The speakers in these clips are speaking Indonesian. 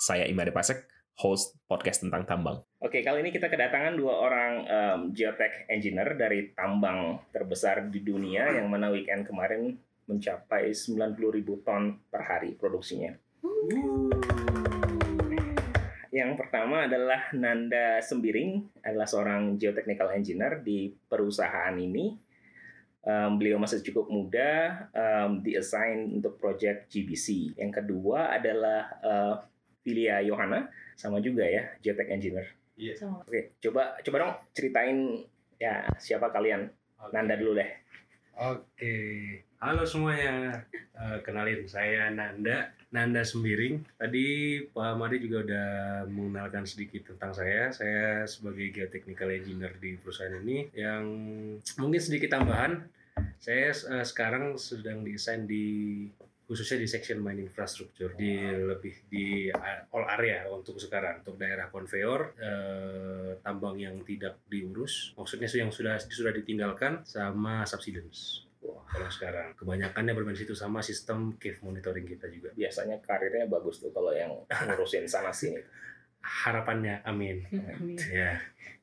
Saya Imade Pasek, host podcast tentang tambang. Oke, kali ini kita kedatangan dua orang geotech engineer dari tambang terbesar di dunia yang mana weekend kemarin mencapai 90.000 ton per hari produksinya. Yang pertama adalah Nanda Sembiring, adalah seorang geotechnical engineer di perusahaan ini. Beliau masih cukup muda, di-assign untuk project GBC. Yang kedua adalah Filia Yohana, sama juga ya, geotech engineer. Iya. Oke, coba dong ceritain ya siapa kalian. Okay. Nanda dulu deh. Oke. Halo semuanya, kenalin saya Nanda Sembiring. Tadi Pak Made juga udah mengenalkan sedikit tentang saya. Saya sebagai geotechnical engineer di perusahaan ini yang mungkin sedikit tambahan. Saya sekarang sedang di-assign khususnya di section mine infrastructure di all area untuk sekarang, untuk daerah konveyor, tambang yang tidak diurus, maksudnya yang sudah ditinggalkan, sama subsidence. Kalau sekarang kebanyakannya bermain situ, sama sistem cave monitoring kita juga. Biasanya karirnya bagus tuh kalau yang ngurusin sana sini. Harapannya, amin. Ya,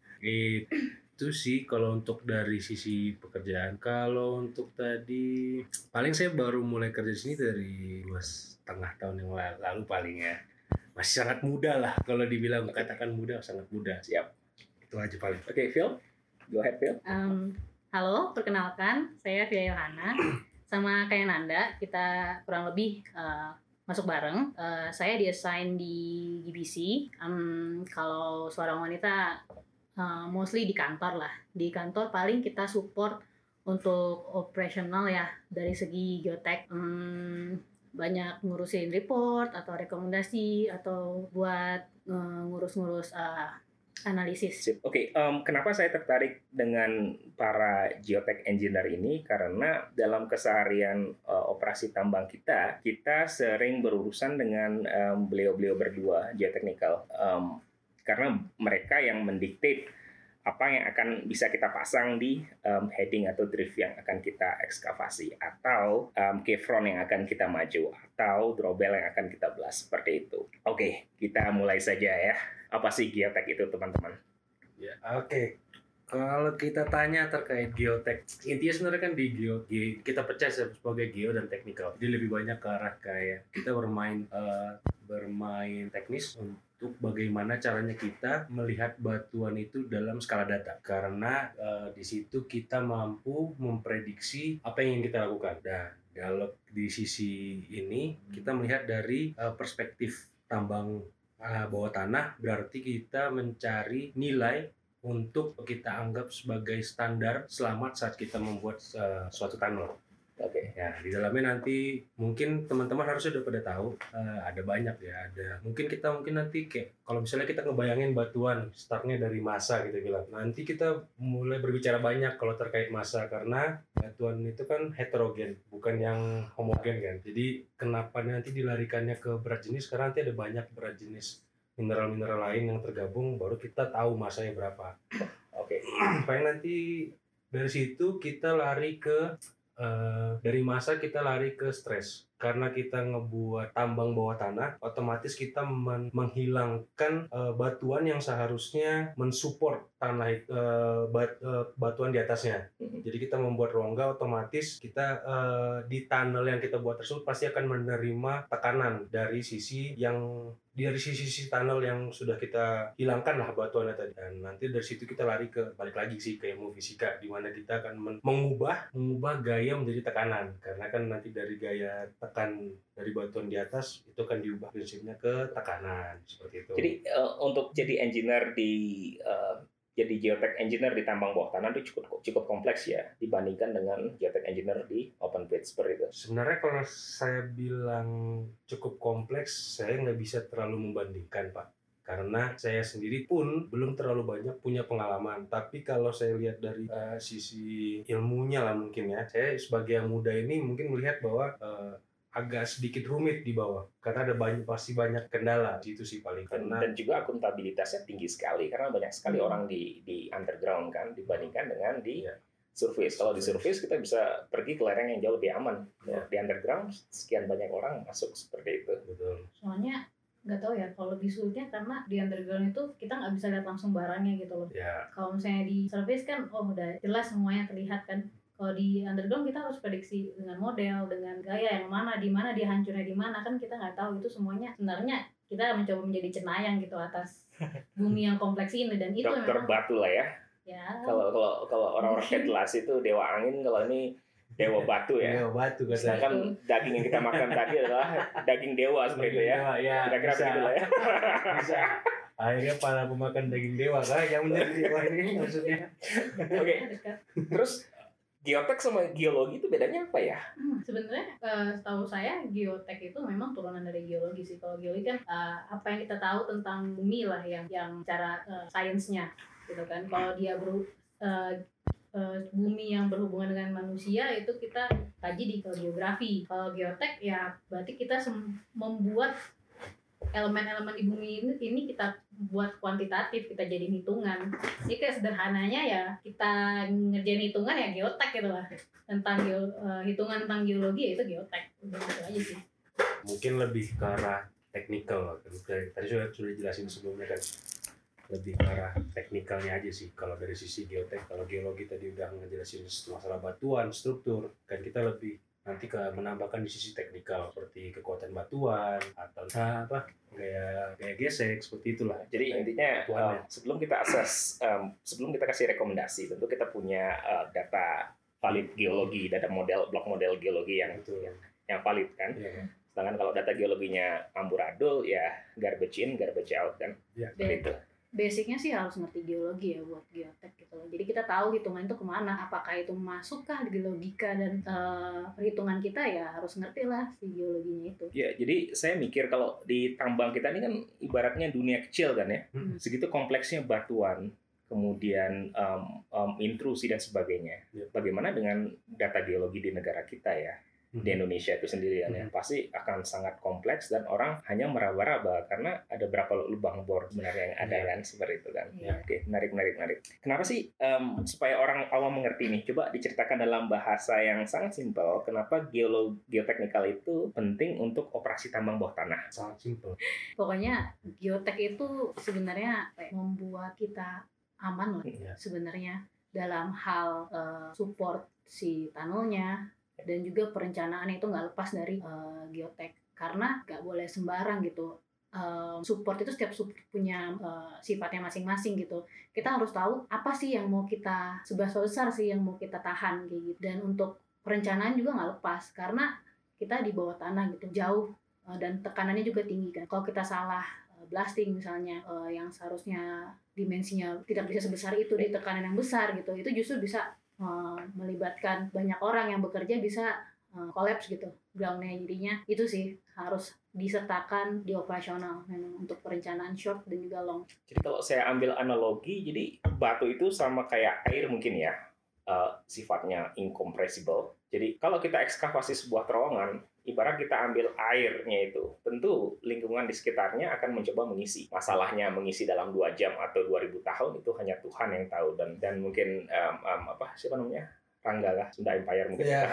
itu sih kalau untuk dari sisi pekerjaan. Kalau untuk tadi, paling saya baru mulai kerja di sini dari 2,5 tahun yang lalu paling ya. Masih sangat muda lah kalau dibilang, katakan muda, sangat muda. Siap. Itu aja paling. Oke, Phil. Go ahead, Phil. Halo, perkenalkan, saya Filia Yohana. Sama kayak Nanda, kita kurang lebih masuk bareng. Saya di-assign di GBC. Kalau seorang wanita, mostly di kantor lah. Di kantor paling kita support untuk operasional ya, dari segi geotech. Banyak ngurusin report atau rekomendasi atau buat ngurus-ngurus analisis. Oke, kenapa saya tertarik dengan para geotech engineer ini? Karena dalam keseharian operasi tambang kita sering berurusan dengan beliau-beliau berdua geotechnical. Karena mereka yang mendikte apa yang akan bisa kita pasang di heading atau drift yang akan kita ekskavasi, atau kevron yang akan kita maju, atau drawbell yang akan kita blast, seperti itu. Oke, kita mulai saja ya. Apa sih geotech itu, teman-teman? Ya, oke. Kalau kita tanya terkait geotech, intinya sebenarnya kan di kita pecah sebagai geo dan teknikal. Jadi lebih banyak ke arah kayak kita bermain teknis untuk bagaimana caranya kita melihat batuan itu dalam skala data. Karena di situ kita mampu memprediksi apa yang ingin kita lakukan. Dan kalau di sisi ini kita melihat dari perspektif tambang bawah tanah, berarti kita mencari nilai untuk kita anggap sebagai standar selamat saat kita membuat suatu tunnel. Oke. Ya, di dalamnya nanti mungkin teman-teman harusnya udah pada tahu, ada banyak ya. Mungkin nanti kayak kalau misalnya kita ngebayangin batuan startnya dari massa gitu bilang. Nanti kita mulai berbicara banyak kalau terkait massa, karena batuan itu kan heterogen, bukan yang homogen kan. Jadi kenapa nanti dilarikannya ke berat jenis, karena nanti ada banyak berat jenis mineral-mineral lain yang tergabung, baru kita tahu masanya berapa. Oke. Paling nanti dari situ kita lari ke dari massa kita lari ke stres. Karena kita ngebuat tambang bawah tanah, otomatis kita menghilangkan batuan yang seharusnya mensupport tanah batuan di atasnya. Jadi kita membuat rongga, otomatis kita di tunnel yang kita buat tersebut pasti akan menerima tekanan dari sisi tunnel yang sudah kita hilangkan lah batuannya tadi. Dan nanti dari situ kita lari balik lagi sih ke ilmu fisika, di mana kita akan mengubah gaya menjadi tekanan. Karena kan nanti dari gaya tekan dari batuan di atas itu kan diubah prinsipnya ke tekanan, seperti itu. Jadi untuk jadi engineer jadi geotech engineer di tambang bawah tanah itu cukup kompleks ya dibandingkan dengan geotech engineer di open pit, seperti itu. Sebenarnya kalau saya bilang cukup kompleks, saya nggak bisa terlalu membandingkan, Pak. Karena saya sendiri pun belum terlalu banyak punya pengalaman. Tapi kalau saya lihat dari sisi ilmunya lah mungkin ya, saya sebagai yang muda ini mungkin melihat bahwa agak sedikit rumit di bawah, karena ada pasti banyak kendala itu sih paling. Dan juga akuntabilitasnya tinggi sekali, karena banyak sekali orang di underground kan dibandingkan dengan di surface. Kalau di surface kita bisa pergi ke lereng yang jauh lebih aman. Di underground sekian banyak orang masuk, seperti itu. Betul. Soalnya nggak tahu ya, kalau lebih sulitnya karena di underground itu kita nggak bisa lihat langsung barangnya gitu loh. Ya. Kalau misalnya di surface kan udah jelas semuanya terlihat kan. Kalau di underground kita harus prediksi dengan model, dengan gaya yang mana, di mana dia hancurnya di mana, kan kita nggak tahu. Itu semuanya sebenarnya kita mencoba menjadi cenayang gitu atas bumi yang kompleks ini, dan itu Dokter memang batu lah ya. Kalau orang-orang kelas itu dewa angin, kalau ini dewa batu ya. Dewa batu katanya. Sedangkan daging yang kita makan tadi adalah daging dewa seperti itu ya. Ya, Kira-kira bisa. begitu lah ya. Bisa. Akhirnya para pemakan daging dewa kan yang menjadi dewa ini maksudnya. Oke. Terus geotek sama geologi itu bedanya apa ya? Sebenarnya setahu saya geotek itu memang turunan dari geologi sih. Kalau geologi kan apa yang kita tahu tentang bumi lah yang cara sainsnya gitu kan. Kalau dia bumi yang berhubungan dengan manusia itu kita kaji di geografi. Kalau geotek ya berarti kita membuat elemen-elemen di bumi ini kita buat kuantitatif, kita jadi hitungan. Jadi kayak sederhananya ya kita ngerjain hitungan ya geotek gitu lah. Tentang hitungan tentang geologi ya itu geotek. Udah gitu aja sih. Mungkin lebih ke arah teknikal. Tadi sudah dijelasin sebelumnya kan. Lebih ke arah teknikalnya aja sih kalau dari sisi geotek. Kalau geologi tadi udah ngejelasin masalah batuan, struktur, kan kita lebih nanti ke menambahkan di sisi teknikal seperti kekuatan batuan atau gaya gesek seperti itulah. Jadi intinya sebelum kita sebelum kita kasih rekomendasi, tentu kita punya data valid geologi, data blok model geologi yang valid kan. Yeah. Sedangkan kalau data geologinya amburadul ya garbage in, garbage out kan. Yeah. Gitu. Basicnya sih harus ngerti geologi ya buat geotek gitu loh. Jadi kita tahu hitungan itu kemana, apakah itu masukkah di logika dan perhitungan kita ya harus ngerti lah si geologinya itu. Ya, jadi saya mikir kalau di tambang kita ini kan ibaratnya dunia kecil kan ya. Segitu kompleksnya batuan, kemudian intrusi dan sebagainya. Bagaimana dengan data geologi di negara kita ya? Di Indonesia itu sendiri ya, pasti akan sangat kompleks dan orang hanya meraba-raba karena ada berapa lubang bor sebenarnya yang ada kan seperti itu kan. Oke, menarik. Kenapa sih supaya orang awam mengerti nih? Coba diceritakan dalam bahasa yang sangat simpel. Kenapa geoteknikal itu penting untuk operasi tambang bawah tanah? Sangat simpel. Pokoknya geotek itu sebenarnya membuat kita aman lah sebenarnya dalam hal support si tunnelnya. Dan juga perencanaan itu nggak lepas dari geotek karena nggak boleh sembarang gitu. Support itu setiap support punya sifatnya masing-masing gitu. Kita harus tahu apa sih yang mau kita seberapa besar sih yang mau kita tahan kayak gitu. Dan untuk perencanaan juga nggak lepas karena kita di bawah tanah gitu jauh dan tekanannya juga tinggi kan. Kalau kita salah blasting misalnya yang seharusnya dimensinya tidak bisa sebesar itu di tekanan yang besar gitu, itu justru bisa melibatkan banyak orang yang bekerja bisa kolaps gitu groundnya. Jadinya itu sih harus disertakan di operasional memang untuk perencanaan short dan juga long. Jadi kalau saya ambil analogi, jadi batu itu sama kayak air mungkin ya, sifatnya incompressible. Jadi kalau kita ekskavasi sebuah terowongan, ibarat kita ambil airnya itu, tentu lingkungan di sekitarnya akan mencoba mengisi. Masalahnya mengisi dalam 2 jam atau 2000 tahun itu hanya Tuhan yang tahu dan mungkin siapa namanya? Rangga lah, Sunda Empire mungkin. Yeah.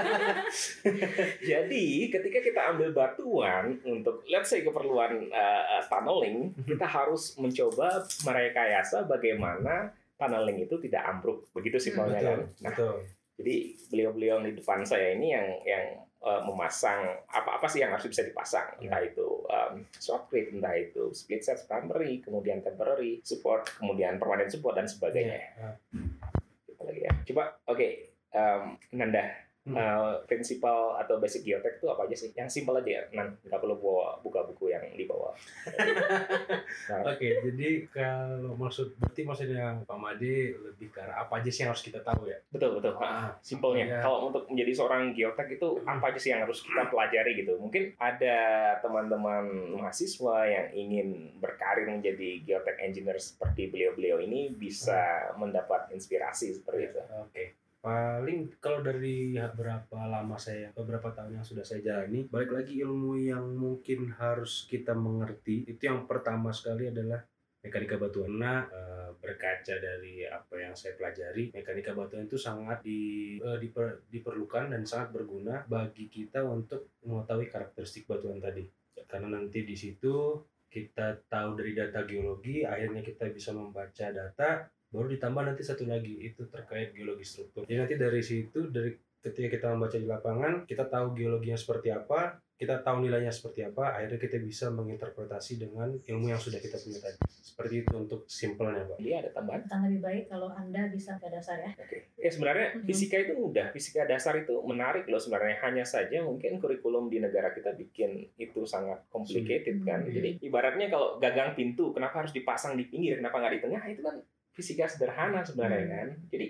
Jadi ketika kita ambil batuan untuk let's say keperluan tunneling, kita harus mencoba merekayasa bagaimana tunneling itu tidak ambruk. Begitu simpelnya kan. Nah, jadi beliau-beliau di depan saya ini yang memasang apa sih yang harus bisa dipasang, entah itu shotcrete, entah itu split set primary, kemudian temporary support, kemudian permanent support dan sebagainya. Gitu lagi ya. Coba Nanda, prinsipal atau basic geotek itu apa aja sih? Yang simpel aja ya, nggak perlu buka buku yang di bawah. Oke, jadi kalau maksudnya Pak Made lebih ke arah apa aja sih yang harus kita tahu ya? Betul. Simpelnya, kalau untuk menjadi seorang geotek itu apa aja sih yang harus kita pelajari gitu? Mungkin ada teman-teman mahasiswa yang ingin berkarir menjadi geotek engineer seperti beliau-beliau ini bisa mendapat inspirasi seperti itu. Oke. Paling kalau dari beberapa tahun yang sudah saya jalani, balik lagi ilmu yang mungkin harus kita mengerti itu yang pertama sekali adalah mekanika batuan. Nah, berkaca dari apa yang saya pelajari, mekanika batuan itu sangat diperlukan dan sangat berguna bagi kita untuk mengetahui karakteristik batuan tadi. Karena nanti di situ kita tahu dari data geologi, akhirnya kita bisa membaca data, baru ditambah nanti satu lagi itu terkait geologi struktur. Jadi nanti dari situ, dari ketika kita membaca di lapangan, kita tahu geologinya seperti apa, kita tahu nilainya seperti apa, akhirnya kita bisa menginterpretasi dengan ilmu yang sudah kita punya tadi. Seperti itu untuk simpelnya, Pak. Dia ada tambahan. Akan lebih baik kalau Anda bisa ke dasar ya. Oke. Ya sebenarnya fisika itu mudah. Fisika dasar itu menarik loh sebenarnya. Hanya saja mungkin kurikulum di negara kita bikin itu sangat complicated kan. Jadi ibaratnya kalau gagang pintu, kenapa harus dipasang di pinggir, kenapa nggak di tengah? Itu kan fisika sederhana sebenarnya kan. Jadi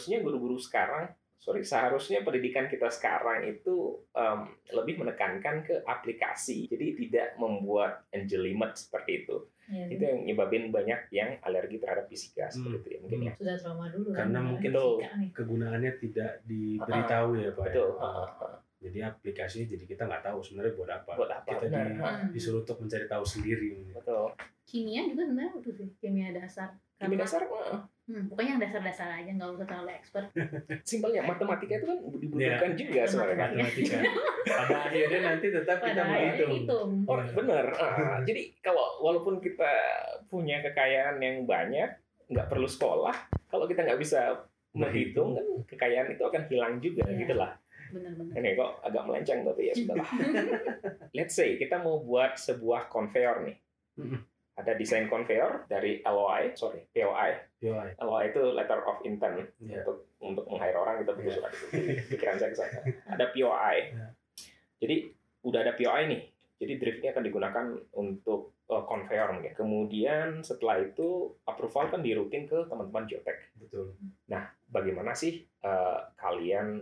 seharusnya pendidikan kita sekarang itu lebih menekankan ke aplikasi. Jadi tidak membuat enjelimet seperti itu. Ya, Itu yang nyebabin banyak yang alergi terhadap fisika seperti itu ya mungkin ya. sudah trauma dulu Karena kan, mungkin fisika nih. kegunaannya tidak diberitahu ya, Pak. Betul. Jadi aplikasinya jadi kita nggak tahu sebenarnya buat apa. Buat apa, Kita benar. disuruh untuk mencari tahu sendiri. Betul. Kimia juga sebenarnya butuh sih, kimia dasar. Kimia dasar Pokoknya yang dasar-dasar aja, nggak usah terlalu expert. simpelnya matematika itu kan dibutuhkan juga sebenarnya kan. Matematika. Pada akhirnya nanti tetap kita menghitung. Oh, benar. Jadi walaupun kita punya kekayaan yang banyak, nggak perlu sekolah, kalau kita nggak bisa menghitung kan kekayaan itu akan hilang juga gitu lah. Benar-benar. Ini kok agak melenceng tapi ya sudah lah. Let's say kita mau buat sebuah konveyor nih. Ada desain konveyor dari POI. LOI itu letter of intent untuk meng-hire orang kita butuh surat itu. Pikiran saya ke sana. Ada POI. Jadi udah ada POI nih. Jadi drift ini akan digunakan untuk konveyor mungkin. Kemudian setelah itu approval kan dirutin ke teman-teman geotek. Betul. Nah, bagaimana sih kalian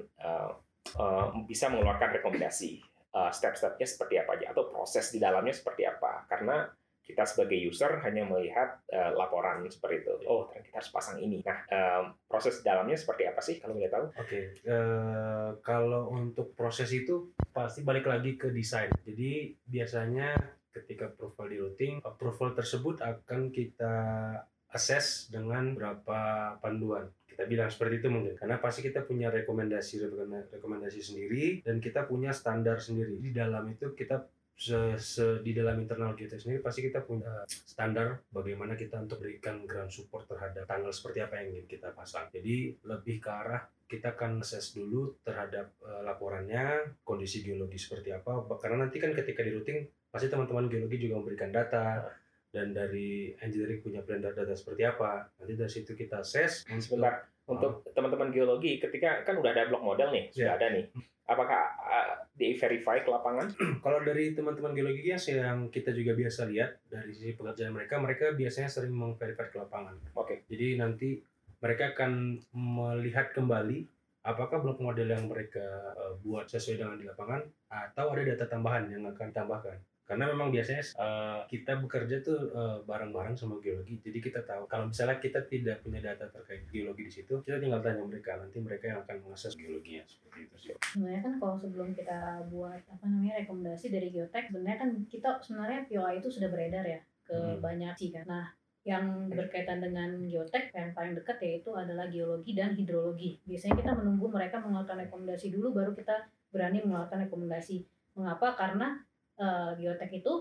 bisa mengeluarkan rekomendasi step-stepnya seperti apa aja atau proses di dalamnya seperti apa? Karena kita sebagai user hanya melihat laporan seperti itu. Oh, ternyata kita harus pasang ini. Nah, proses di dalamnya seperti apa sih kalau boleh tahu? Oke, kalau untuk proses itu pasti balik lagi ke desain. Jadi biasanya ketika approval di routing, approval tersebut akan kita assess dengan beberapa panduan. Kita bilang seperti itu mungkin, karena pasti kita punya rekomendasi sendiri dan kita punya standar sendiri. Di dalam itu kita di dalam internal kita sendiri pasti kita punya standar bagaimana kita untuk berikan ground support terhadap tunnel seperti apa yang ingin kita pasang. Jadi lebih ke arah kita akan assess dulu terhadap laporannya, kondisi geologi seperti apa, karena nanti kan ketika di routing pasti teman-teman geologi juga memberikan data dan dari engineering punya plan data seperti apa. Nanti dari situ kita assess. Sebentar, untuk teman-teman geologi ketika kan udah ada block model nih, sudah ada nih. Apakah di-verify ke lapangan? Kalau dari teman-teman geologi yang kita juga biasa lihat dari sisi pekerjaan mereka biasanya sering meng-verify ke lapangan. Oke. Jadi nanti mereka akan melihat kembali apakah blok model yang mereka buat sesuai dengan di lapangan atau ada data tambahan yang akan ditambahkan. Karena memang biasanya kita bekerja tuh bareng-bareng sama geologi. Jadi kita tahu kalau misalnya kita tidak punya data terkait geologi di situ, kita tinggal tanya mereka. Nanti mereka yang akan mengakses geologinya seperti itu sih. Sebenarnya kan kalau sebelum kita buat rekomendasi dari geotek, sebenarnya kan kita POI itu sudah beredar ya ke banyak sih kan. Nah, yang berkaitan dengan geotek yang paling dekat yaitu adalah geologi dan hidrologi. Biasanya kita menunggu mereka mengeluarkan rekomendasi dulu baru kita berani mengeluarkan rekomendasi. Mengapa? Karena geotek itu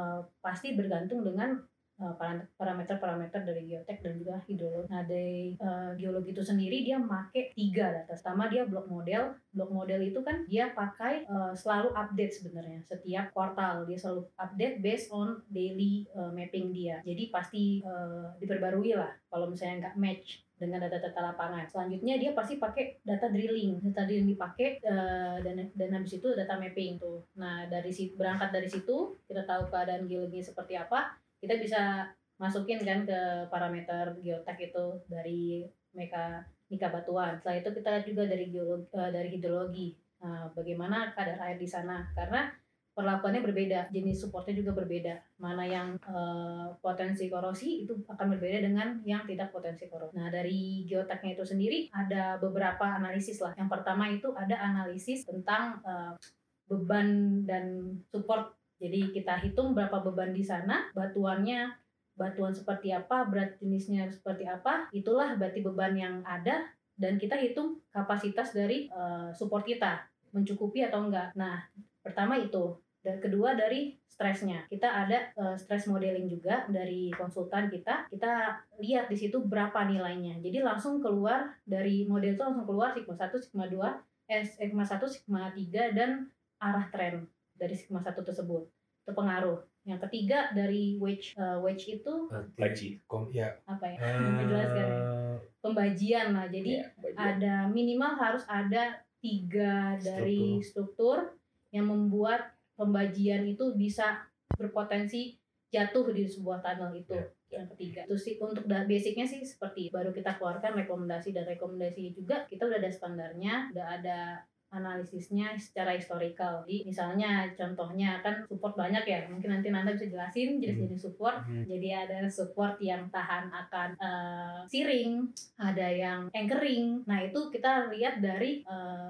pasti bergantung dengan parameter-parameter dari geotek dan juga hidrologi. Nah, dari geologi itu sendiri dia pakai 3 data. Pertama dia block model. Block model itu kan dia pakai selalu update sebenarnya. Setiap kuartal dia selalu update based on daily mapping dia. Jadi pasti diperbarui lah kalau misalnya nggak match dengan data-data lapangan. Selanjutnya dia pasti pakai data drilling. Data drilling dipakai dan habis itu data mapping tuh. Nah, berangkat dari situ kita tahu keadaan geologi seperti apa, kita bisa masukin kan ke parameter geotek itu dari mekanika batuan. Setelah itu kita juga dari hidrologi. Nah, bagaimana kadar air di sana? Karena perlakuannya berbeda, jenis supportnya juga berbeda. Mana yang potensi korosi itu akan berbeda dengan yang tidak potensi korosi. Nah, dari geoteknya itu sendiri ada beberapa analisis lah. Yang pertama itu ada analisis tentang beban dan support. Jadi kita hitung berapa beban di sana, batuan seperti apa, berat jenisnya seperti apa, itulah berarti beban yang ada, dan kita hitung kapasitas dari support kita, mencukupi atau enggak. Nah, pertama itu. Dan kedua dari stresnya. Kita ada stress modeling juga dari konsultan kita. Kita lihat di situ berapa nilainya. Jadi langsung keluar dari model itu langsung keluar sigma 1, sigma 2, sigma 1, sigma 3 dan arah tren dari sigma 1 tersebut. Itu pengaruh. Yang ketiga dari wage itu Gaji. apa ya? Menjelaskan. Pembagian lah. Jadi ada minimal harus ada 3 dari struktur yang membuat pembagian itu bisa berpotensi jatuh di sebuah tunnel itu. Yang ketiga itu sih untuk basicnya sih seperti baru kita keluarkan rekomendasi juga kita udah ada standarnya, udah ada analisisnya secara historical. Jadi misalnya contohnya kan support banyak ya, mungkin nanti Nanda bisa jelasin jenis-jenis support. Jadi ada support yang tahan akan shearing, ada yang anchoring. Nah itu kita lihat dari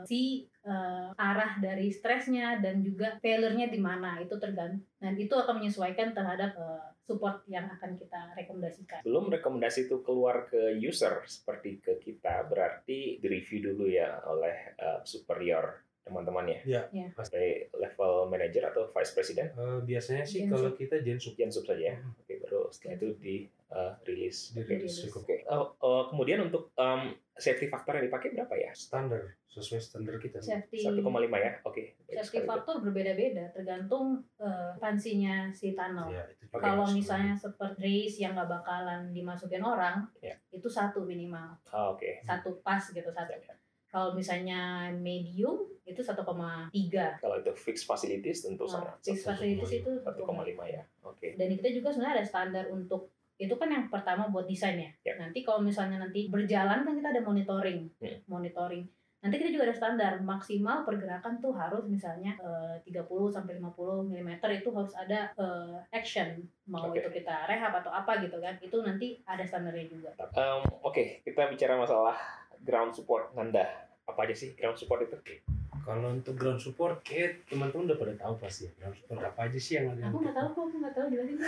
arah dari stresnya dan juga failure-nya di mana, itu tergantung. Dan itu akan menyesuaikan terhadap support yang akan kita rekomendasikan. Belum rekomendasi itu keluar ke user seperti ke kita, berarti direview dulu ya oleh superior teman-temannya. Ya. Sampai level manager atau vice president. Biasanya sih kalau kita Jensub saja ya. Oke, baru setelah itu rilis. Oke. Kemudian untuk safety factor yang dipakai berapa ya? Standar, sesuai standar kita. 1,5 ya. Oke. Safety factor berbeda-beda tergantung pansinya si tunnel. Ya, kalau misalnya seperti race yang nggak bakalan dimasukin orang, itu 1 minimal. Satu pas gitu, 1. Kalau misalnya medium itu 1,3. Kalau itu fixed facilities tentu sama. Fixed facilities itu 1,5 ya. Oke. Dan kita juga sebenarnya ada standar untuk itu kan yang pertama buat desainnya. Nanti kalau misalnya nanti berjalan kan kita ada monitoring. Nanti kita juga ada standar maksimal pergerakan tuh harus misalnya 30 sampai 50 mm itu harus ada action, mau itu kita rehab atau apa gitu kan. Itu nanti ada standarnya juga. Oke, kita bicara masalah ground support. Nanda, apa aja sih ground support itu? Kalau untuk ground support, teman-teman udah pada tahu pasti ya. Ground support apa aja sih yang ada? Aku nggak tahu jelasin.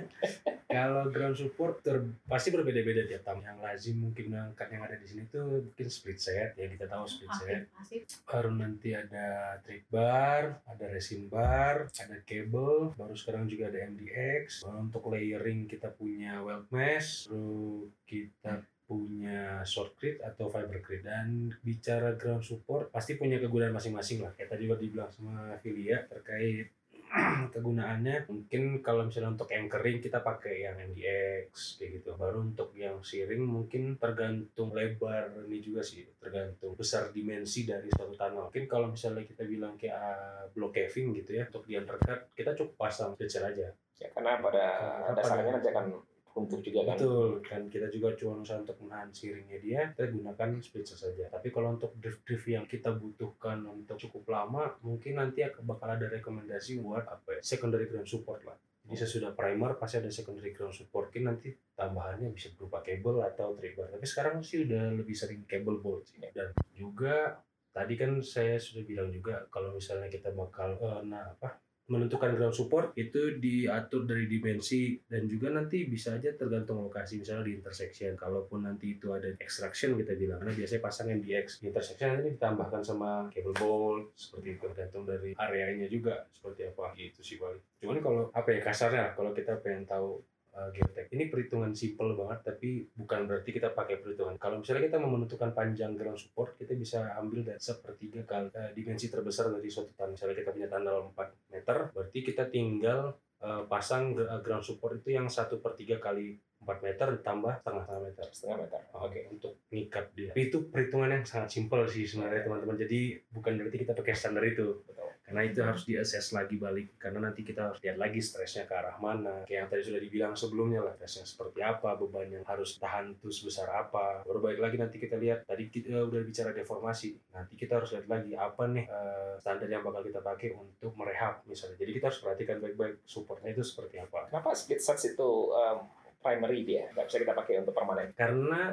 Kalau ground support pasti berbeda-beda tiap tahun. Yang lazim mungkin angkat yang ada di sini tuh mungkin split set ya, kita tahu split set. Baru nanti ada trip bar, ada resin bar, ada cable. Baru sekarang juga ada MDX. Baru untuk layering kita punya weld mesh. Lalu kita punya short grid atau fiber grid. Dan bicara ground support pasti punya kegunaan masing-masing lah. Kayak tadi juga dibilang sama Filia terkait kegunaannya. Mungkin kalau misalnya untuk anchoring kita pakai yang MDX kayak gitu. Baru untuk yang shearing mungkin tergantung lebar ini juga sih, tergantung besar dimensi dari suatu tunnel. Mungkin kalau misalnya kita bilang kayak block caving gitu ya, untuk di undercut kita cukup pasang split aja. Ya karena pada dasarnya nanti akan runtuh juga kan. Betul, kan kita juga cuma untuk menahan shearingnya dia, kita gunakan splitser saja. Tapi kalau untuk drift yang kita butuhkan untuk cukup lama, mungkin nanti bakal ada rekomendasi buat secondary ground support lah. Jadi sesudah primer pasti ada secondary ground support, mungkin nanti tambahannya bisa berupa cable atau trip bar. Tapi sekarang sih udah lebih sering cable bolt sih. Dan juga tadi kan saya sudah bilang juga kalau misalnya kita bakal menentukan ground support itu diatur dari dimensi dan juga nanti bisa aja tergantung lokasi, misalnya di intersection. Kalaupun nanti itu ada extraction kita bilang, karena biasanya pasang MDX di intersection nanti ditambahkan sama cable bolt seperti itu, tergantung dari areanya juga seperti apa gitu sih paling. Cuman kalau kasarnya kalau kita pengen tahu geotek ini perhitungan simple banget, tapi bukan berarti kita pakai perhitungan. Kalau misalnya kita mau menentukan panjang ground support, kita bisa ambil dari 1/3 kali dimensi terbesar dari suatu tunnel. Misalnya kita punya tunnel 4 meter, berarti kita tinggal pasang ground support itu yang 1/3 kali 4 meter ditambah setengah meter. Oke. Untuk ngikat dia. Tapi itu perhitungan yang sangat simpel sih sebenarnya teman-teman. Jadi bukan berarti kita pakai standar itu. Betul. Karena itu harus di-assess lagi balik. Karena nanti kita harus lihat lagi stresnya ke arah mana. Kayak yang tadi sudah dibilang sebelumnya lah, stresnya seperti apa, beban yang harus tahan itu sebesar apa. Baru balik lagi nanti kita lihat, tadi kita udah bicara deformasi. Nanti kita harus lihat lagi apa nih standar yang bakal kita pakai untuk merehab misalnya. Jadi kita harus perhatikan baik-baik supportnya itu seperti apa. Kenapa split sets itu primary dia? Nggak bisa kita pakai untuk permanen? Karena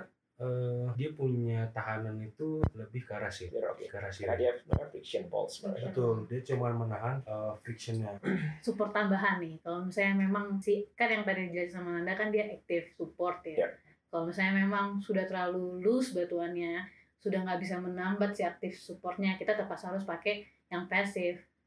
dia punya tahanan itu lebih ke arah shear. Karena dia friction pulse. Betul, dia cuma menahan frictionnya. Support tambahan nih, kalau misalnya memang kan yang tadi dijelasin sama Nanda kan dia active support ya. Kalau misalnya memang sudah terlalu loose batuannya, sudah nggak bisa menambat si active supportnya, kita terpaksa harus pakai yang passive.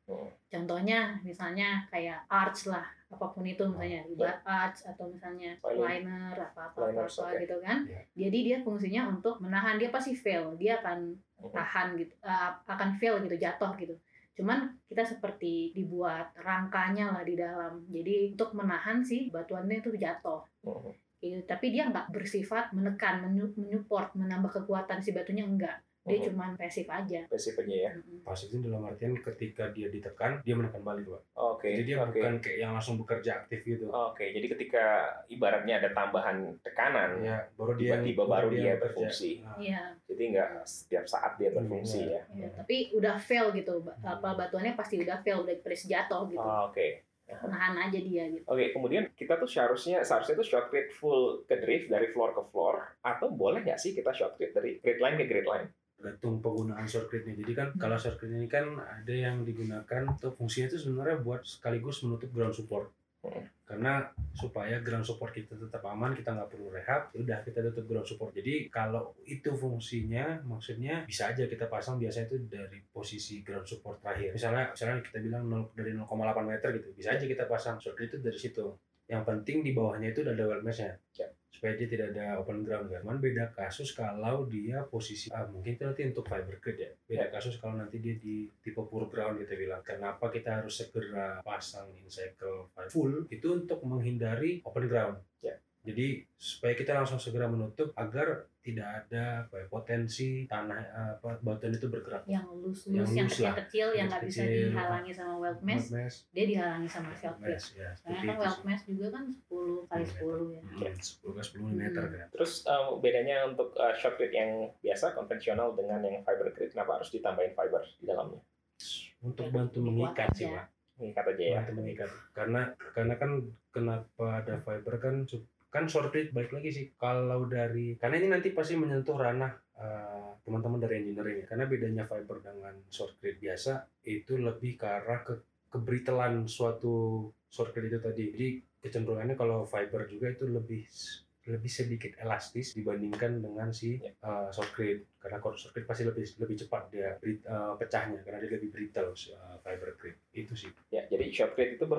Contohnya misalnya kayak arch lah, apapun itu misalnya ribat arch atau misalnya liner apa gitu kan. Jadi dia fungsinya untuk menahan, dia pasti fail, dia akan tahan gitu, akan fail gitu, jatuh gitu. Cuman kita seperti dibuat rangkanya lah di dalam, jadi untuk menahan si batuannya itu jatuh. Gitu. Tapi dia nggak bersifat menekan, menyupport, menambah kekuatan si batunya, enggak. Dia cuma pasif aja. Pasif aja ya. Pasif itu dalam artian ketika dia ditekan, dia menekan balik, Pak. Oke. Jadi dia bukan kayak yang langsung bekerja aktif gitu. Oke. Jadi ketika ibaratnya ada tambahan tekanan, ya, tiba-tiba baru dia berfungsi. Iya. Jadi nggak setiap saat dia berfungsi ya. Tapi udah fail gitu, batuannya pasti udah fail, udah pres jatuh gitu. Oke. Nahan aja dia gitu. Oke, kemudian kita tuh seharusnya tuh shotcrete full ke drift dari floor ke floor, atau boleh nggak sih kita shotcrete dari grid line ke grid line? Tergantung penggunaan shotcrete-nya. Jadi kan kalau shotcrete ini kan ada yang digunakan untuk fungsinya itu sebenarnya buat sekaligus menutup ground support. Karena supaya ground support kita tetap aman, kita nggak perlu rehab, udah kita tutup ground support. Jadi kalau itu fungsinya, maksudnya bisa aja kita pasang biasanya itu dari posisi ground support terakhir. Misalnya kita bilang dari 0,8 meter gitu, bisa aja kita pasang shotcrete itu dari situ. Yang penting di bawahnya itu udah ada weld mesh-nya. Supaya dia tidak ada open ground kan. Cuman beda kasus kalau dia posisi mungkin itu nanti untuk fibergrid ya. Beda kasus kalau nanti dia di tipe pure ground kita bilang. Kenapa kita harus segera pasang in-cycle full itu untuk menghindari open ground. Jadi supaya kita langsung segera menutup agar tidak ada potensi tanah batuan itu bergerak. Yang loose yang kecil-kecil yang nggak bisa dihalangi sama weld mesh, dia dihalangi sama shotcrete. Karena kan weld mesh juga kan 10 kali 10 ya. 10 kali 10 meter kan. Terus bedanya untuk shotcrete yang biasa konvensional dengan yang fibergrid, kenapa harus ditambahin fiber di dalamnya? Untuk bantu mengikat sih, Pak. Mengikat aja ya. Bantu mengikat. Karena kan kenapa ada fiber kan shotcrete baik lagi sih kalau karena ini nanti pasti menyentuh ranah teman-teman dari engineering ya. Karena bedanya fiber dengan shotcrete biasa itu lebih ke arah kebritelan suatu shotcrete itu tadi. Jadi kecenderungannya kalau fiber juga itu lebih sedikit elastis dibandingkan dengan si shotcrete. Karena kalau shotcrete pasti lebih cepat dia pecahnya karena dia lebih brittle fibergrid. Itu sih. Ya, jadi shotcrete itu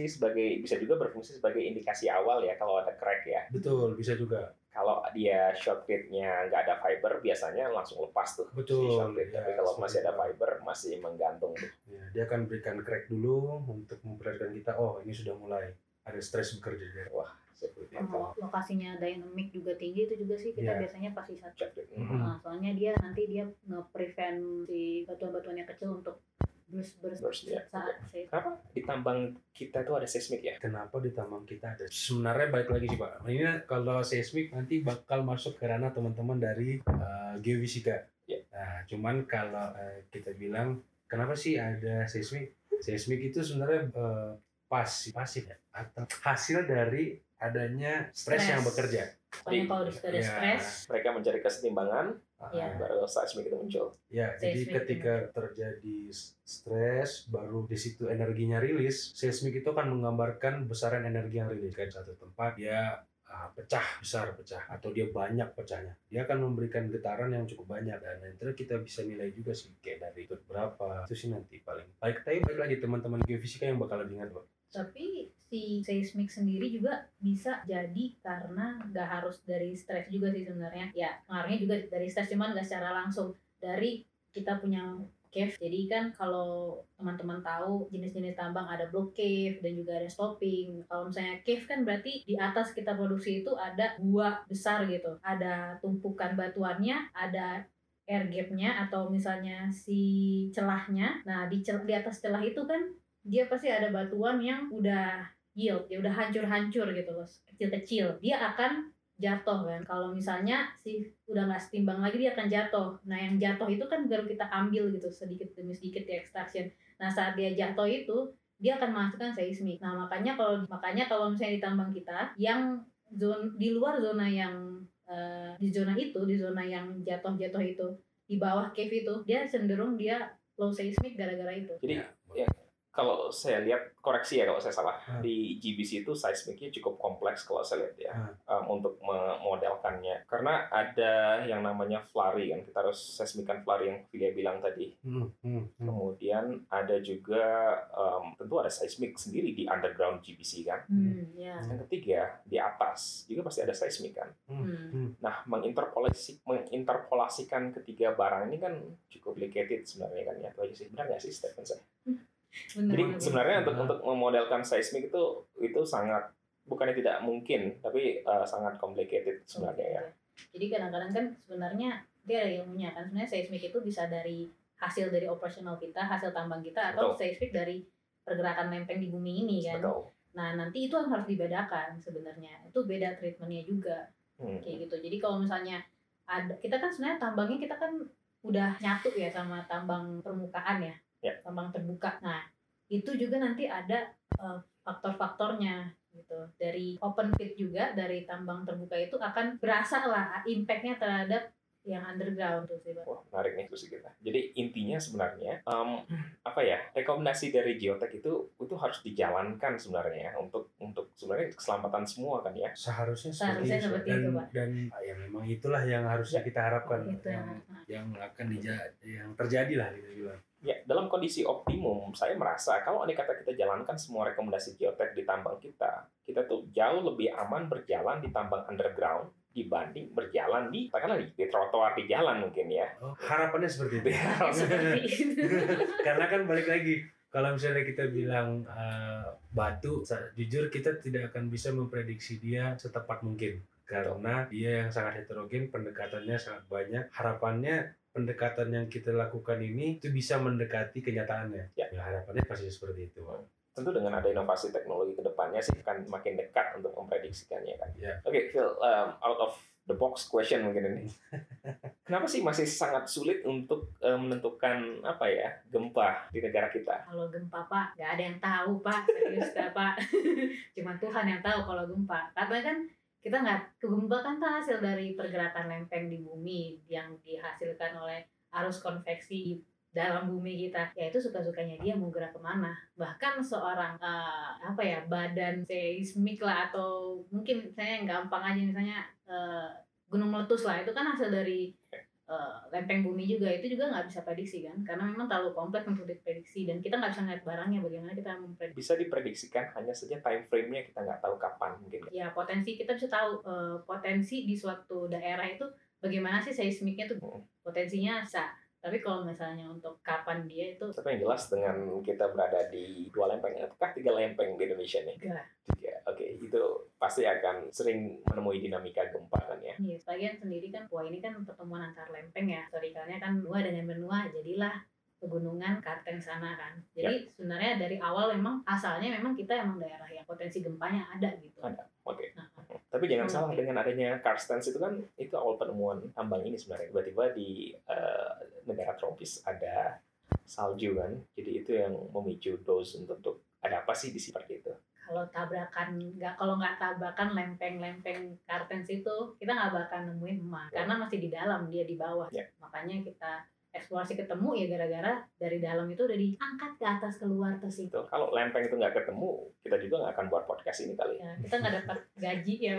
bisa juga berfungsi sebagai indikasi awal ya kalau ada crack ya. Betul, bisa juga. Kalau dia shotcrete-nya nggak ada fiber, biasanya langsung lepas tuh. Betul. Si shotcrete. Tapi kalau masih ada fiber, masih menggantung tuh. Ya, dia akan berikan crack dulu untuk memperlihatkan kita, ini sudah mulai ada stres bekerja. Wah, lokasinya dynamic juga tinggi, itu juga sih kita biasanya pasti shotcrete. Soalnya dia nge-prevent si batuan-batuan yang kecil untuk burst ya. Kenapa di tambang kita itu ada seismik ya? Kenapa di tambang kita ada? Sebenarnya balik lagi sih Pak. Ini kalau seismik nanti bakal masuk ke ranah teman-teman dari geofisika. Nah, cuman kalau kita bilang kenapa sih ada seismik? Seismik itu sebenarnya pasif ya, atau hasil dari adanya stres yang bekerja. Kalau sudah ada stres, mereka mencari kesetimbangan, baru seismik itu muncul. Ya, jadi ketika terjadi stres, baru di situ energinya rilis. Seismik itu akan menggambarkan besaran energi yang rilis. Kan satu tempat dia besar pecah, atau dia banyak pecahnya. Dia akan memberikan getaran yang cukup banyak, dan nanti kita bisa nilai juga sih kayak dari itu berapa. Itu sih nanti paling baik. Tapi balik lagi teman-teman geofisika yang bakal lebih ingat, Pak. Tapi si seismik sendiri juga bisa jadi karena nggak harus dari stres juga sih sebenarnya. Ya, pengaruhnya juga dari stres, cuman nggak secara langsung dari kita punya cave. Jadi kan kalau teman-teman tahu jenis-jenis tambang ada block cave dan juga ada stopping. Kalau misalnya cave kan berarti di atas kita produksi itu ada gua besar gitu. Ada tumpukan batuannya, ada air gap-nya atau misalnya si celahnya. Nah, di atas celah itu kan dia pasti ada batuan yang udah yield, ya udah hancur-hancur gitu loh, kecil-kecil. Dia akan jatuh kan. Kalau misalnya udah nggak setimbang lagi, dia akan jatuh. Nah, yang jatuh itu kan baru kita ambil gitu sedikit demi sedikit di extraction. Nah, saat dia jatuh itu dia akan menghasilkan seismik. Nah, makanya kalau misalnya di tambang kita yang di luar zona yang di zona yang jatuh itu di bawah cave itu, dia cenderung dia low seismik gara-gara itu. Jadi ya, kalau saya lihat, koreksi ya kalau saya salah, di GBC itu seismiknya cukup kompleks kalau saya lihat ya, untuk memodelkannya. Karena ada yang namanya flurry kan, kita harus seismikan flurry yang Vidya bilang tadi. Kemudian ada juga tentu ada seismik sendiri di underground GBC kan. Yang ketiga di atas juga pasti ada seismik kan. Nah, menginterpolasikan ketiga barang ini kan cukup complicated sebenarnya kan ya. Itu aja sih. Benar nggak sih statement saya? Jadi sebenarnya untuk memodelkan seismik itu sangat, bukannya tidak mungkin, tapi sangat complicated sebenarnya ya. Jadi kadang-kadang kan sebenarnya dia ada ilmunya kan. Sebenarnya seismik itu bisa dari hasil dari operasional kita, hasil tambang kita, atau seismik dari pergerakan lempeng di bumi ini kan. Betul. Nah, nanti itu yang harus dibedakan sebenarnya. Itu beda treatmentnya juga. Kayak gitu. Jadi kalau misalnya kita kan sebenarnya tambangnya kita kan udah nyatu ya sama tambang permukaan ya. Tambang terbuka. Nah, itu juga nanti ada faktor-faktornya gitu. Dari open pit juga, dari tambang terbuka itu akan berasa lah impact-nya terhadap yang underground tuh sih, Pak. Wah, menarik nih diskusi kita. Jadi intinya sebenarnya rekomendasi dari Geotek itu harus dijalankan sebenarnya untuk sebenarnya keselamatan semua kan ya. Seharusnya seperti itu, Pak. Dan ya memang itulah yang harusnya kita harapkan, yang akan yang terjadi lah gitu bilang. Ya, dalam kondisi optimum, saya merasa kalau andai kata kita jalankan semua rekomendasi Geotek di tambang kita tuh jauh lebih aman berjalan di tambang underground dibanding berjalan di trotoar di jalan mungkin ya. Harapannya seperti itu. Karena kan balik lagi, kalau misalnya kita bilang batu, jujur kita tidak akan bisa memprediksi dia setepat mungkin. Karena dia yang sangat heterogen, pendekatannya sangat banyak. Harapannya pendekatan yang kita lakukan ini itu bisa mendekati kenyataannya. Ya harapannya pasti seperti itu. Tentu dengan ada inovasi teknologi ke depannya sih akan makin dekat untuk memprediksikannya kan. Oke, Phil, out of the box question mungkin ini. Kenapa sih masih sangat sulit untuk menentukan gempa di negara kita? Kalau gempa, Pak, nggak ada yang tahu, Pak. Serius Pak. Cuma Tuhan yang tahu kalau gempa. Karena kan kita nggak, gempa kan hasil dari pergerakan lempeng di bumi yang dihasilkan oleh arus konveksi dalam bumi kita. Ya itu suka-sukanya dia mau gerak kemana. Bahkan seorang badan seismik lah, atau mungkin saya yang gampang aja misalnya gunung meletus lah, itu kan hasil dari lempeng bumi juga. Itu juga nggak bisa prediksi kan, karena memang terlalu kompleks untuk diprediksi dan kita nggak bisa ngeliat barangnya. Bagaimana kita memprediksi? Bisa diprediksikan, hanya saja time frame-nya kita nggak tahu kapan mungkin. Ya potensi kita bisa tahu potensi di suatu daerah itu bagaimana sih seismiknya tuh, potensinya bisa. Tapi kalau misalnya untuk kapan dia itu... Tapi yang jelas dengan kita berada di 2 lempeng, apakah 3 lempeng di Indonesia nih? 3. Oke, itu pasti akan sering menemui dinamika gempa kan ya? Iya, sebagian sendiri kan, wah ini kan pertemuan antar lempeng ya. Historikalnya kan benua dengan benua, jadilah pegunungan Kartens sana kan. Jadi sebenarnya dari awal memang asalnya memang kita emang daerah yang potensi gempanya ada gitu. Ada, oke. Tapi jangan salah, dengan adanya Karstens itu kan itu awal penemuan tambang ini sebenarnya. Tiba-tiba di negara tropis ada salju kan, jadi itu yang memicu dose untuk ada apa sih di seperti itu. Kalau nggak tabrakan lempeng-lempeng Kartens itu, kita nggak bakal nemuin emas karena masih di dalam, dia di bawah. Makanya kita eksplorasi ketemu ya gara-gara dari dalam itu udah diangkat ke atas, keluar terus itu. Kalau lempeng itu nggak ketemu, kita juga nggak akan buat podcast ini kali. Ya, kita nggak dapat gaji ya.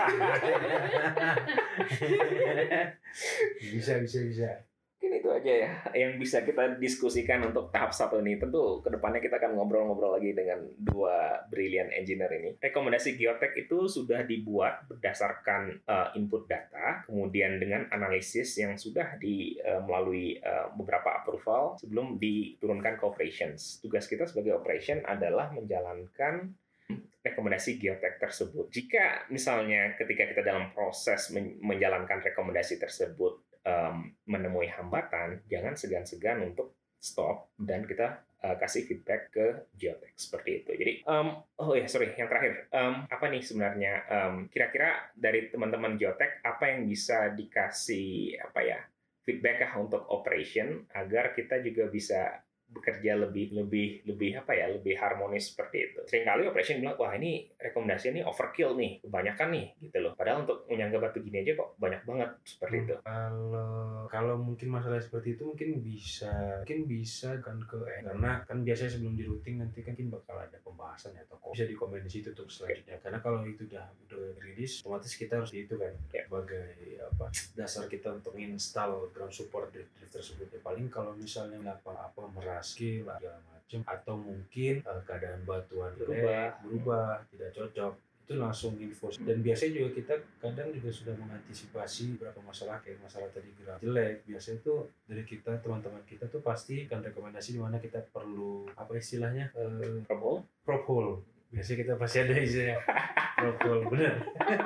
Bisa. Mungkin itu aja ya yang bisa kita diskusikan untuk tahap 1 ini. Tentu kedepannya kita akan ngobrol-ngobrol lagi dengan 2 brilliant engineer ini. Rekomendasi Geotek itu sudah dibuat berdasarkan input data, kemudian dengan analisis yang sudah melalui beberapa approval sebelum diturunkan ke operations. Tugas kita sebagai operation adalah menjalankan rekomendasi Geotek tersebut. Jika misalnya ketika kita dalam proses menjalankan rekomendasi tersebut menemui hambatan, jangan segan-segan untuk stop dan kita kasih feedback ke Geotek seperti itu. Jadi, yang terakhir, apa nih sebenarnya kira-kira dari teman-teman Geotek apa yang bisa dikasih feedback untuk operation agar kita juga bisa bekerja lebih apa ya, lebih harmonis seperti itu. Seringkali operation bilang, wah ini rekomendasi ini overkill nih, kebanyakan nih gitu loh. Padahal untuk menyangga batu gini aja kok banyak banget seperti itu. Kalau mungkin masalah seperti itu mungkin bisa kan karena kan biasanya sebelum di routing nanti kan mungkin bakal ada pembahasan atau bisa dikomen di situ untuk selanjutnya. Karena kalau itu udah rilis, otomatis kita harus itu kan sebagai apa dasar kita untuk install ground support drive tersebut. Ya paling kalau misalnya apa skill segala macam atau mungkin keadaan batuan berubah tidak cocok, itu langsung info. Dan biasanya juga kita kadang juga sudah mengantisipasi beberapa masalah kayak masalah tadi gerak jelek. Biasanya tuh dari kita teman-teman kita tuh pasti kan rekomendasi di mana kita perlu apa istilahnya prop hole. Biasanya kita pasti ada istilahnya prop hole, benar.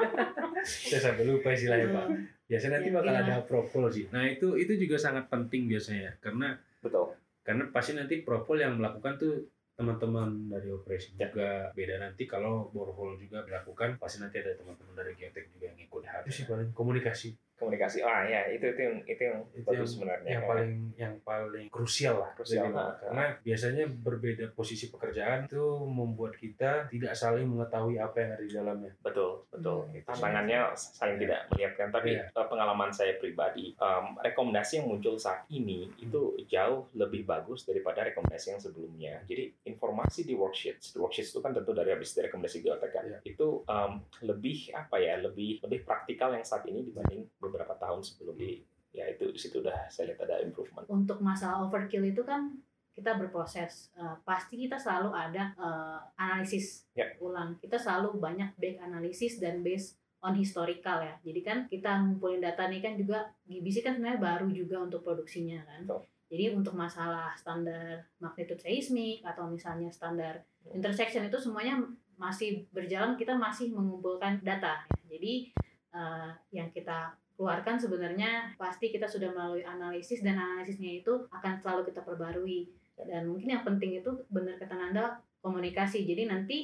Saya sampai lupa istilahnya Pak. Biasanya nanti bakal ada prop hole sih. Nah itu juga sangat penting biasanya karena karena pasti nanti prop hole yang melakukan tuh teman-teman dari operasi juga. Beda nanti kalau borehole juga dilakukan pasti nanti ada teman-teman dari geotek juga yang ikut. Itu sih paling komunikasi. Ya itu yang bagus sebenarnya. Yang paling krusial lah. Karena biasanya berbeda posisi pekerjaan itu membuat kita tidak saling mengetahui apa yang ada di dalamnya. Betul. Tantangannya saling tidak melihatkan. Tapi pengalaman saya pribadi, rekomendasi yang muncul saat ini itu jauh lebih bagus daripada rekomendasi yang sebelumnya. Jadi informasi di worksheets itu kan tentu dari habis dari rekomendasi geotek kan. Itu lebih praktikal yang saat ini dibanding beberapa tahun sebelum itu di situ udah saya lihat ada improvement. Untuk masalah overkill itu kan kita berproses, pasti kita selalu ada analisis ulang. Kita selalu banyak back analisis dan based on historical ya. Jadi kan kita ngumpulin data nih kan juga GBC kan sebenarnya baru juga untuk produksinya kan. Jadi untuk masalah standar magnitude seismik atau misalnya standar intersection itu semuanya masih berjalan, kita masih mengumpulkan data. Jadi yang kita keluarkan sebenarnya pasti kita sudah melalui analisis dan analisisnya itu akan selalu kita perbarui. Dan mungkin yang penting itu benar kata Nanda, komunikasi. Jadi nanti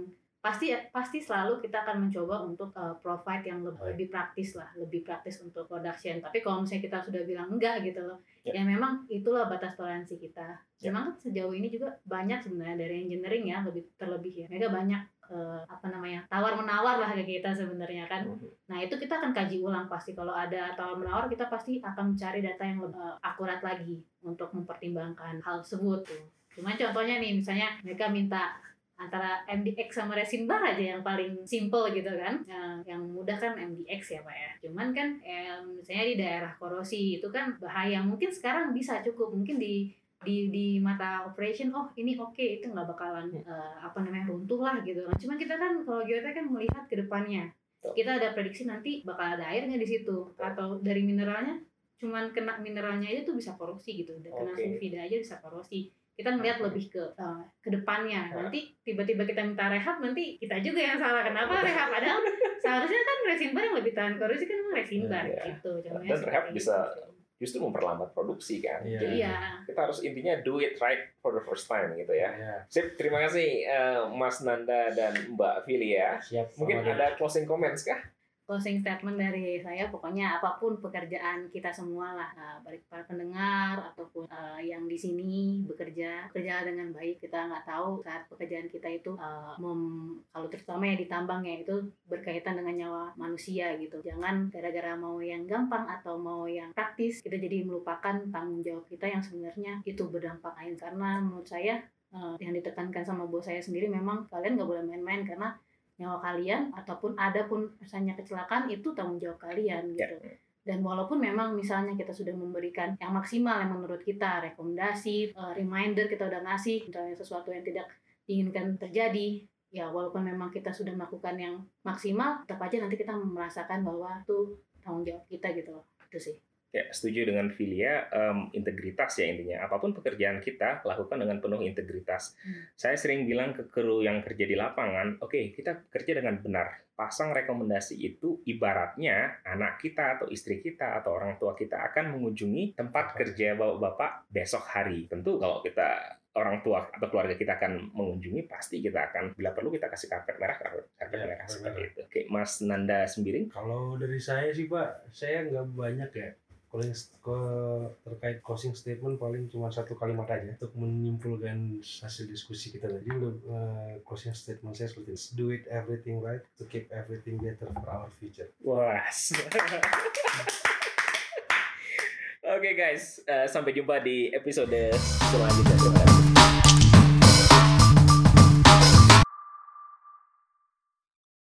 pasti selalu kita akan mencoba untuk provide yang lebih praktis untuk production. Tapi kalau misalnya kita sudah bilang enggak gitu loh, ya memang itulah batas toleransi kita. Memang sejauh ini juga banyak sebenarnya dari engineering ya terlebih ya. Mereka banyak tawar menawar lah ke kita sebenarnya kan. Nah itu kita akan kaji ulang pasti. Kalau ada tawar menawar kita pasti akan mencari data yang lebih akurat lagi untuk mempertimbangkan hal tersebut tuh. Cuma contohnya nih misalnya mereka minta antara MDX sama resin bar aja yang paling simple gitu kan. Yang mudah kan MDX ya Pak ya. Cuman kan misalnya di daerah korosi itu kan bahaya. Mungkin sekarang bisa cukup, mungkin di mata operation ini oke, itu nggak bakalan runtuh lah gitu. Cuman kita kan kalau geotek kan melihat ke depannya. Kita ada prediksi nanti bakal ada airnya di situ atau dari mineralnya cuman kena mineralnya aja tuh bisa korosi gitu. Kena sulfida aja bisa korosi. Kita melihat lebih ke depannya. Nanti tiba-tiba kita minta rehab, nanti kita juga yang salah. Kenapa rehab? Padahal seharusnya kan resin bar yang lebih tahan korosi kan memang resin bar gitu. Dan rehab bisa justru memperlambat produksi kan. Jadi kita harus intinya do it right for the first time gitu ya. Sip, terima kasih Mas Nanda dan Mbak Fili ya. Siap, mungkin ada closing comments kah? Closing statement dari saya, pokoknya apapun pekerjaan kita semua lah, baik para pendengar ataupun yang di sini bekerja dengan baik. Kita nggak tahu saat pekerjaan kita itu kalau terutama yang di tambang ya itu berkaitan dengan nyawa manusia gitu. Jangan gara-gara mau yang gampang atau mau yang praktis kita jadi melupakan tanggung jawab kita yang sebenarnya itu berdampak lain. Karena menurut saya yang ditekankan sama bos saya sendiri, memang kalian nggak boleh main-main karena nyawa kalian ataupun ada pun misalnya kecelakaan itu tanggung jawab kalian gitu. Dan walaupun memang misalnya kita sudah memberikan yang maksimal yang menurut kita, rekomendasi, reminder kita udah ngasih misalnya sesuatu yang tidak diinginkan terjadi, ya walaupun memang kita sudah melakukan yang maksimal, tetap aja nanti kita merasakan bahwa itu tanggung jawab kita gitu loh. Itu sih. Ya, setuju dengan Filia, integritas ya intinya. Apapun pekerjaan kita, lakukan dengan penuh integritas. Saya sering bilang ke kru yang kerja di lapangan, oke, kita kerja dengan benar. Pasang rekomendasi itu ibaratnya anak kita atau istri kita atau orang tua kita akan mengunjungi tempat kerja bapak besok hari. Tentu kalau kita orang tua atau keluarga kita akan mengunjungi, pasti kita akan, bila perlu kita kasih karpet merah seperti itu. Oke, Mas Nanda Sembiring. Kalau dari saya sih Pak, saya nggak banyak ya terkait closing statement paling cuma satu kalimat aja untuk menyimpulkan hasil diskusi kita tadi. Closing statement saya seperti ini: do it everything right to keep everything better for our future. Wah. Oke guys, sampai jumpa di episode selanjutnya.